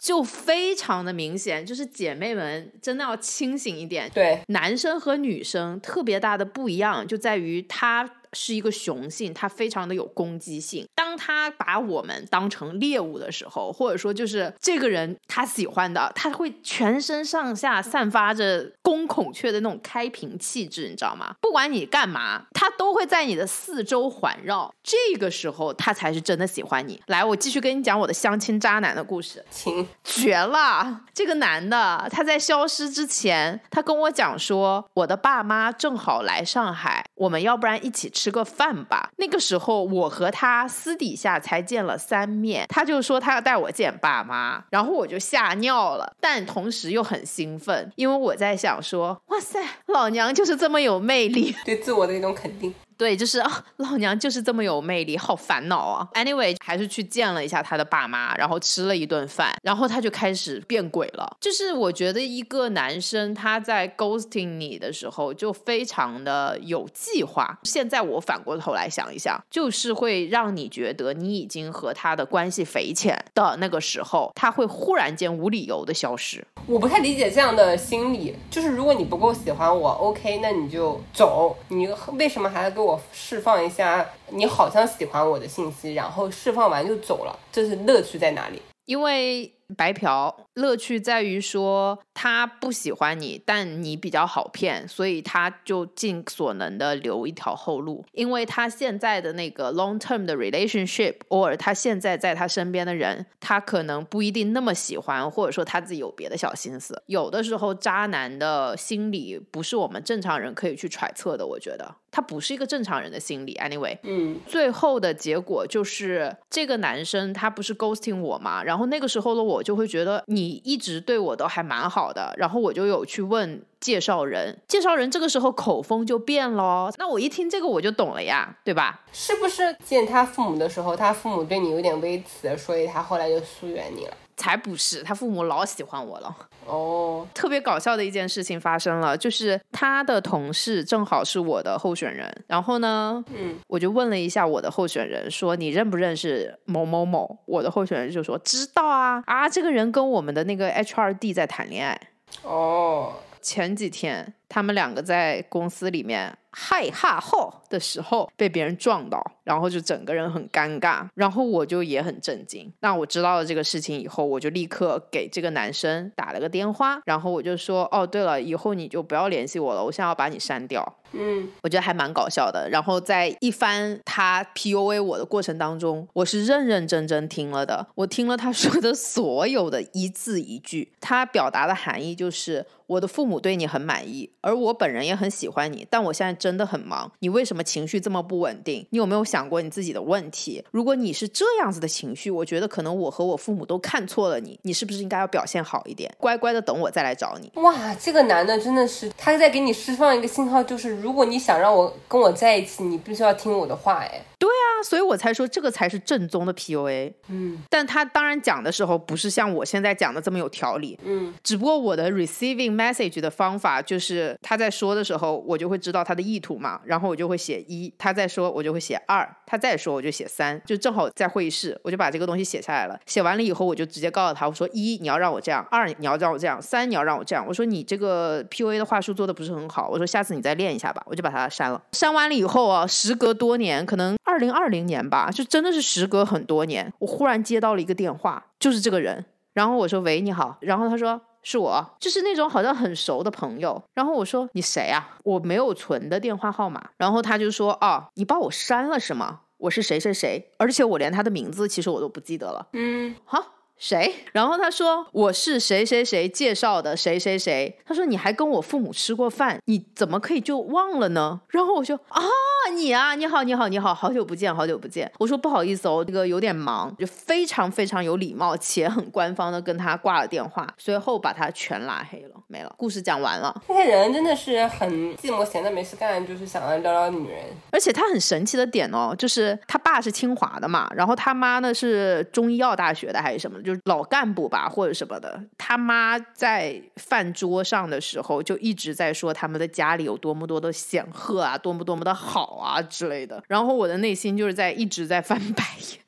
就非常的明显，就是姐妹们真的要清醒一点。 对， 男生和女生特别大的不一样就在于他是一个雄性，他非常的有攻击性。当他把我们当成猎物的时候，或者说就是这个人他喜欢的，他会全身上下散发着公孔雀的那种开屏气质，你知道吗？不管你干嘛，他都会在你的四周环绕，这个时候他才是真的喜欢你。来，我继续跟你讲我的相亲渣男的故事。 请绝了！这个男的他在消失之前，他跟我讲说，我的爸妈正好来上海，我们要不然一起吃个饭吧。那个时候我和他私底下才见了3面，他就说他要带我见爸妈，然后我就吓尿了，但同时又很兴奋，因为我在想说，哇塞，老娘就是这么有魅力， 对自我的一种肯定。 对，就是老娘就是这么有魅力，好烦恼啊。Anyway， 还是去见了一下他的爸妈，然后吃了一顿饭，然后他就开始变鬼了。就是我觉得一个男生他在 ghosting 你的时候就非常的有计划。现在我反过头来想一想，就是会让你觉得你已经和他的关系匪浅的那个时候，他会忽然间无理由的消失。 我不太理解这样的心理，就是如果你不够喜欢我 OK， 那你就走，你为什么还要给我释放一下你好像喜欢我的信息，然后释放完就走了？这是乐趣在哪里？ 因为白嫖乐趣在于说他不喜欢你，但你比较好骗，所以他就尽所能的留一条后路。因为他现在的那个 long term 的 relationship， 或者他现在在他身边的人，他可能不一定那么喜欢，或者说他自己有别的小心思。有的时候渣男的心理不是我们正常人可以去揣测的，我觉得他不是一个正常人的心理。 anyway， 最后的结果就是这个男生他不是 ghosting 我嘛，然后那个时候的我就会觉得你一直对我都还蛮好的，然后我就有去问介绍人这个时候口风就变了。那我一听这个我就懂了呀，对吧？ 是不是见他父母的时候，他父母对你有点微词，所以他后来就疏远你了？ 才不是，他父母老喜欢我了。 哦， 特别搞笑的一件事情发生了，就是他的同事正好是我的候选人，然后呢，我就问了一下我的候选人说你认不认识某某某，我的候选人就说知道啊，这个人跟我们的那个 HRD 在谈恋爱。 哦， 前几天他们两个在公司里面嗨哈吼的时候被别人撞到，然后就整个人很尴尬，然后我就也很震惊。那我知道了这个事情以后，我就立刻给这个男生打了个电话，然后我就说哦对了，以后你就不要联系我了，我现在要把你删掉。我觉得还蛮搞笑的。然后在一番他 PUA 我的过程当中，我是认认真真听了的，我听了他说的所有的一字一句。他表达的含义就是我的父母对你很满意，而我本人也很喜欢你，但我现在真的很忙，你为什么情绪这么不稳定？你有没有想过你自己的问题？如果你是这样子的情绪，我觉得可能我和我父母都看错了你，你是不是应该要表现好一点，乖乖的等我再来找你？ 哇，这个男的真的是他在给你释放一个信号，就是如果你想让我跟我在一起，你必须要听我的话。哎， 对啊，所以我才说这个才是正宗的 PUA。但他当然讲的时候不是像我现在讲的这么有条理。只不过我的 receiving message 的方法就是他在说的时候我就会知道他的意图嘛，然后我就会写1，他在说我就会写2，他再说我就写3，就正好在会议室我就把这个东西写下来了。写完了以后我就直接告诉他，我说1你要让我这样，2你要让我这样，3你要让我这样，我说你这个 PUA 的话术做的不是很好，我说下次你再练一下吧，我就把它删了。删完了以后啊，时隔多年，可能2020年吧，就真的是时隔很多年，我忽然接到了一个电话，就是这个人，然后我说喂你好，然后他说是我，就是那种好像很熟的朋友。然后我说你谁啊？我没有存的电话号码。然后他就说哦，你把我删了是吗？我是谁谁谁，而且我连他的名字其实我都不记得了。好，谁？然后他说我是谁谁谁介绍的谁谁谁，他说你还跟我父母吃过饭，你怎么可以就忘了呢？然后我说啊你啊，你好你好你好，好久不见好久不见。我说不好意思哦，这个有点忙，就非常非常有礼貌且很官方的跟他挂了电话，随后把他全拉黑了，没了。故事讲完了。 这些人真的是很寂寞闲的没事干，就是想要聊聊女人。 而且他很神奇的点哦，就是他爸是清华的嘛，然后他妈呢是中医药大学的还是什么，就是老干部吧或者什么的。他妈在饭桌上的时候就一直在说他们的家里有多么多的显赫啊，多么多么的好啊之类的。然后我的内心就是一直在翻白眼，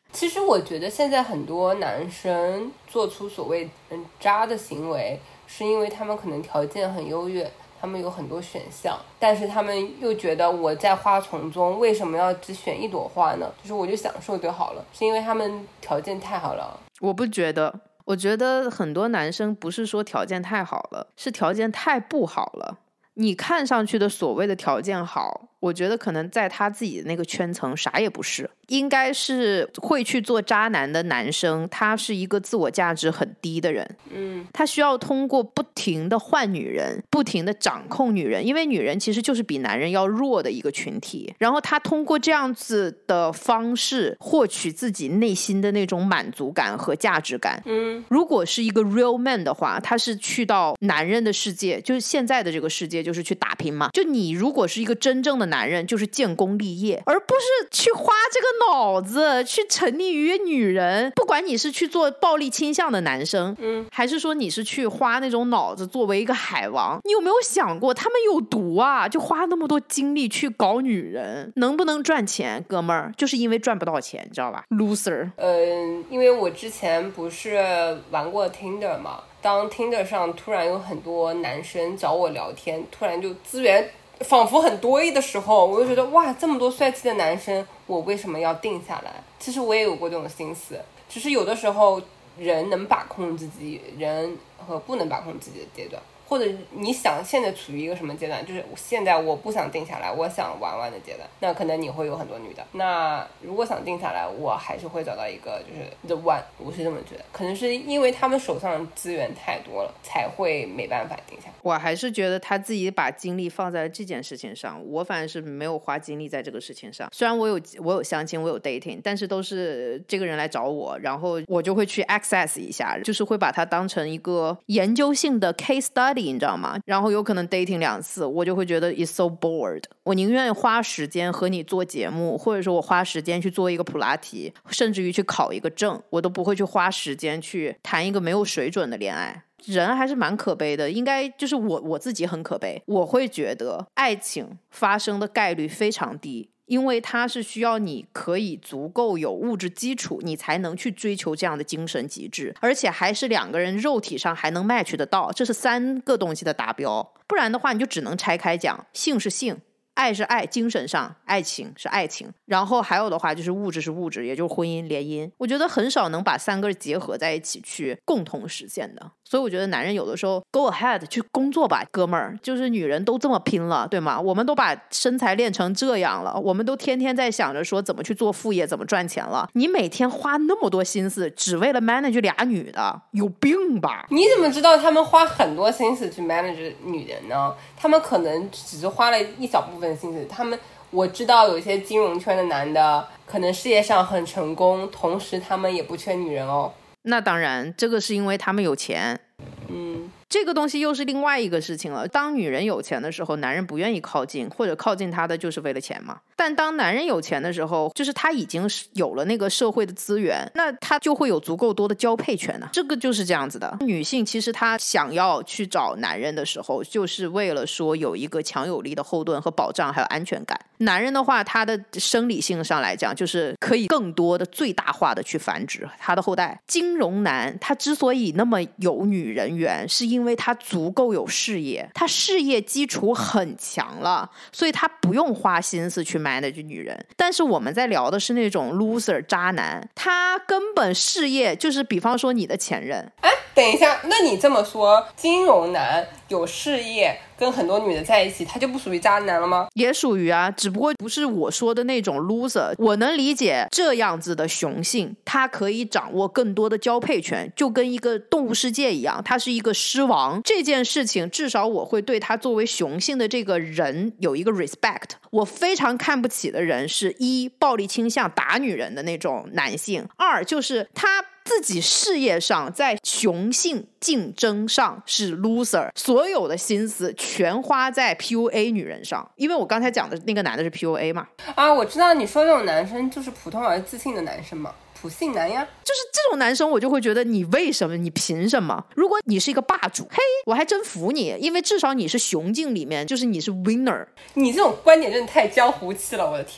其实我觉得现在很多男生做出所谓渣的行为，是因为他们可能条件很优越，他们有很多选项，但是他们又觉得我在花丛中为什么要只选一朵花呢？就是我就享受就好了，是因为他们条件太好了。 我不觉得，我觉得很多男生不是说条件太好了，是条件太不好了。你看上去的所谓的条件好，我觉得可能在他自己的那个圈层啥也不是，应该是会去做渣男的男生，他是一个自我价值很低的人。他需要通过不停的换女人，不停的掌控女人，因为女人其实就是比男人要弱的一个群体，然后他通过这样子的方式获取自己内心的那种满足感和价值感。如果是一个 real man 的话，他是去到男人的世界，就是现在的这个世界，就是去打拼嘛。就你如果是一个真正的男人，就是建功立业，而不是去花这个脑子去沉溺于女人。不管你是去做暴力倾向的男生，还是说你是去花那种脑子作为一个海王，你有没有想过他们有毒啊？就花那么多精力去搞女人，能不能赚钱？哥们儿，就是因为赚不到钱，你知道吧 ？Loser。 因为我之前不是玩过 Tinder 嘛，当 Tinder 上突然有很多男生找我聊天，突然就资源仿佛很多的时候，我就觉得哇，这么多帅气的男生，我为什么要定下来？其实我也有过这种心思，只是有的时候人能把控自己，人和不能把控自己的阶段，或者你想现在处于一个什么阶段，就是现在我不想定下来，我想玩玩的阶段，那可能你会有很多女的。那如果想定下来，我还是会找到一个就是 the one， 我是这么觉得，可能是因为他们手上资源太多了，才会没办法定下来。 我还是觉得他自己把精力放在了这件事情上，我反正是没有花精力在这个事情上。虽然我有相亲，我有 dating， 但是都是这个人来找我，然后我就会去 access 一下，就是会把它当成一个研究性的 case study，你知道吗？然后有可能 dating 2次，我就会觉得 it's so bored， 我宁愿花时间和你做节目，或者说我花时间去做一个普拉提，甚至于去考一个证，我都不会去花时间去谈一个没有水准的恋爱。人还是蛮可悲的，应该就是我自己很可悲，我会觉得爱情发生的概率非常低，因为它是需要你可以足够有物质基础，你才能去追求这样的精神极致，而且还是2个人肉体上还能 match 得到，这是3个东西的达标。不然的话你就只能拆开讲，性是性，爱是爱，精神上爱情是爱情，然后还有的话就是物质是物质，也就是婚姻联姻。我觉得很少能把3个结合在一起去共同实现的。所以我觉得男人有的时候 go ahead 去工作吧，哥们儿，就是女人都这么拼了，对吗？我们都把身材练成这样了，我们都天天在想着说怎么去做副业，怎么赚钱了，你每天花那么多心思只为了 manage 2女的，有病吧？ 你怎么知道他们花很多心思去 manage 女人呢？他们可能只是花了一小部分心思。我知道有一些金融圈的男的可能事业上很成功，同时他们也不缺女人哦。 那当然，这个是因为他们有钱。这个东西又是另外一个事情了。当女人有钱的时候，男人不愿意靠近，或者靠近她的就是为了钱嘛。但当男人有钱的时候，就是他已经有了那个社会的资源，那他就会有足够多的交配权呢。这个就是这样子的。女性其实她想要去找男人的时候，就是为了说有一个强有力的后盾和保障，还有安全感。男人的话，他的生理性上来讲，就是可以更多的最大化的去繁殖他的后代。金融男他之所以那么有女人缘，是因为他足够有事业，他事业基础很强了，所以他不用花心思去 manage 女人。但是我们在聊的是那种 loser 渣男，他根本事业就是比方说你的前任。 哎，等一下，那你这么说，金融男有事业跟很多女的在一起，他就不属于渣男了吗？ 也属于啊，只不过不是我说的那种 loser。 我能理解这样子的雄性，他可以掌握更多的交配权，就跟一个动物世界一样，他是一个狮王。这件事情至少我会对他作为雄性的这个人有一个 respect。 我非常看不起的人是1暴力倾向打女人的那种男性，2就是他自己事业上在雄性竞争上是 loser， 所有的心思全花在 PUA 女人上。因为我刚才讲的那个男的是 PUA 嘛。 啊，我知道你说这种男生就是普通而自信的男生嘛，普信男呀。 就是这种男生我就会觉得你为什么，你凭什么？如果你是一个霸主，嘿，我还真服你，因为至少你是雄竞里面就是你是 winner。 你这种观点真的太江湖气了，我的天哪。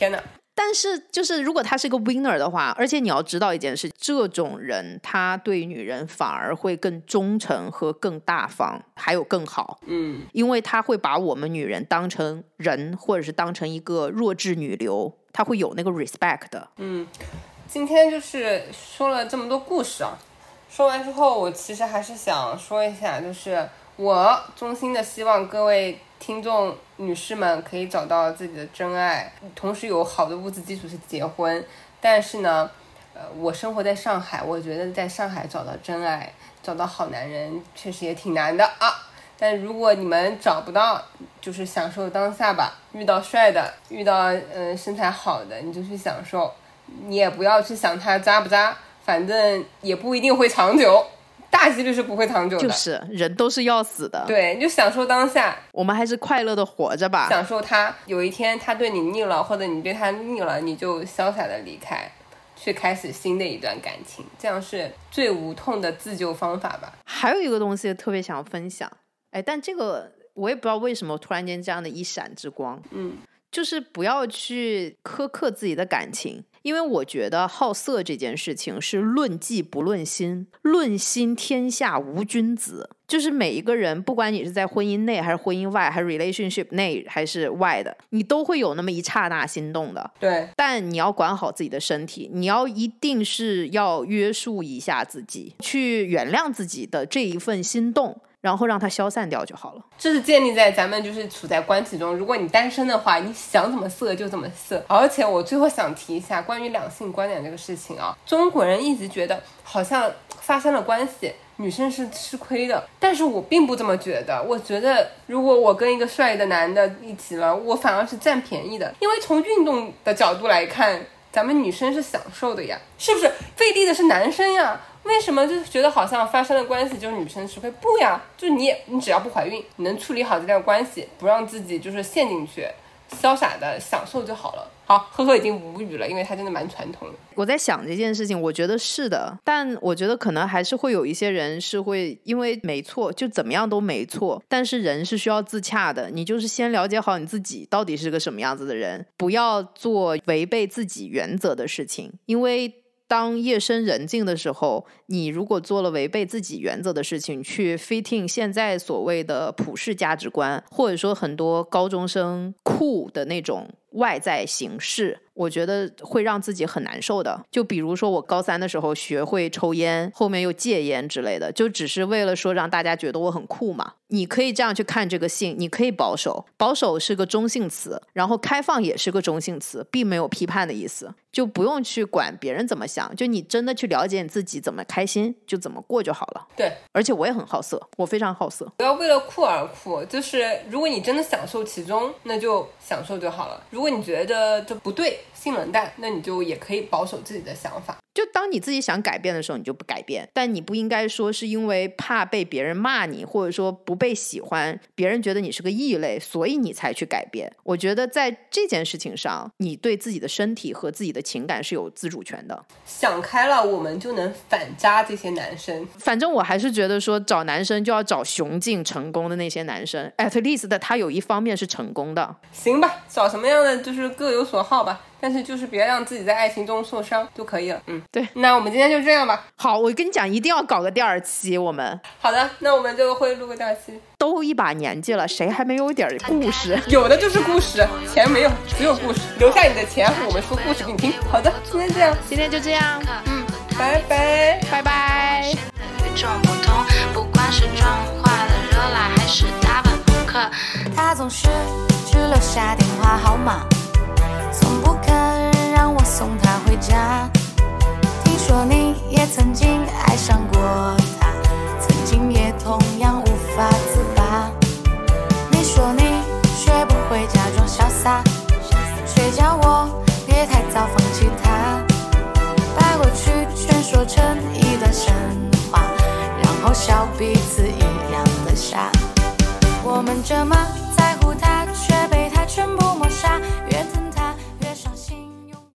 但是就是如果他是个 winner 的话，而且你要知道一件事，这种人他对女人反而会更忠诚和更大方，还有更好。因为他会把我们女人当成人，或者是当成一个弱智女流，他会有那个 respect 的。 今天就是说了这么多故事啊，说完之后我其实还是想说一下，就是我衷心的希望各位听众女士们可以找到自己的真爱，同时有好的物质基础是结婚。但是呢我生活在上海，我觉得在上海找到真爱，找到好男人确实也挺难的啊。但如果你们找不到，就是享受当下吧，遇到帅的，遇到身材好的，你就去享受，你也不要去想他渣不渣，反正也不一定会长久，大几率是不会长久的， 就是人都是要死的。 对，你就享受当下， 我们还是快乐的活着吧。 享受他，有一天他对你腻了，或者你对他腻了，你就潇洒的离开，去开始新的一段感情，这样是最无痛的自救方法吧。 还有一个东西特别想要分享，但这个我也不知道为什么突然间这样的一闪之光，就是不要去苛刻自己的感情，因为我觉得好色这件事情是论迹不论心，论心天下无君子。就是每一个人，不管你是在婚姻内还是婚姻外，还是 relationship 内还是外的，你都会有那么一刹那心动的。 对， 但你要管好自己的身体，你要一定是要约束一下自己，去原谅自己的这一份心动，然后让它消散掉就好了。 这是建立在咱们就是处在关系中，如果你单身的话，你想怎么色就怎么色。而且我最后想提一下关于两性观点这个事情啊，中国人一直觉得好像发生了关系女生是吃亏的，但是我并不这么觉得。我觉得如果我跟一个帅的男的一起了，我反而是占便宜的，因为从运动的角度来看，咱们女生是享受的呀，是不是？费力的是男生呀，为什么就是觉得好像发生了关系就是女生吃亏？不呀，就是你只要不怀孕，你能处理好这段关系，不让自己就是陷进去，潇洒的享受就好了。好，呵呵已经无语了，因为他真的蛮传统的。 我在想这件事情，我觉得是的，但我觉得可能还是会有一些人是会因为没错就怎么样都没错，但是人是需要自洽的，你就是先了解好你自己到底是个什么样子的人，不要做违背自己原则的事情。因为当夜深人静的时候，你如果做了违背自己原则的事情，去 fitting 现在所谓的普世价值观，或者说很多高中生酷的那种外在形式，我觉得会让自己很难受的。就比如说我高3的时候学会抽烟，后面又戒烟之类的，就只是为了说让大家觉得我很酷嘛。你可以这样去看这个性，你可以保守，保守是个中性词，然后开放也是个中性词，并没有批判的意思，就不用去管别人怎么想，就你真的去了解你自己怎么开心就怎么过就好了。 对， 而且我也很好色，我非常好色， 不要为了酷而酷，就是如果你真的享受其中，那就享受就好了。如果你觉得这不对，性冷淡，那你就也可以保守自己的想法。 就当你自己想改变的时候，你就不改变，但你不应该说是因为怕被别人骂你，或者说不被喜欢，别人觉得你是个异类，所以你才去改变。我觉得在这件事情上，你对自己的身体和自己的情感是有自主权的。 想开了，我们就能反渣这些男生。 反正我还是觉得说找男生就要找雄竞成功的那些男生 ，at least 他有一方面是成功的。 行吧，找什么样的就是各有所好吧，但是就是别让自己在爱情中受伤就可以了。 对， 那我们今天就这样吧。 好，我跟你讲，一定要搞个第2期。我们好的，那我们就会录个第2期。 都一把年纪了，谁还没有一点故事？ 有的就是故事，钱没有，只有故事。留下你的钱，我们说故事给你听。好的，今天这样， 今天就这样。 拜拜， 拜拜。 与众不同，不管是装化的热辣还是大本扑克，他总是只留下电话号码，从不肯让我送他回家。听说你也曾经爱上过他，曾经也同样无法自拔。你说你学不会假装潇洒，却叫我别太早放弃他，把过去全说成一段神话，然后笑彼此一样的傻。我们这么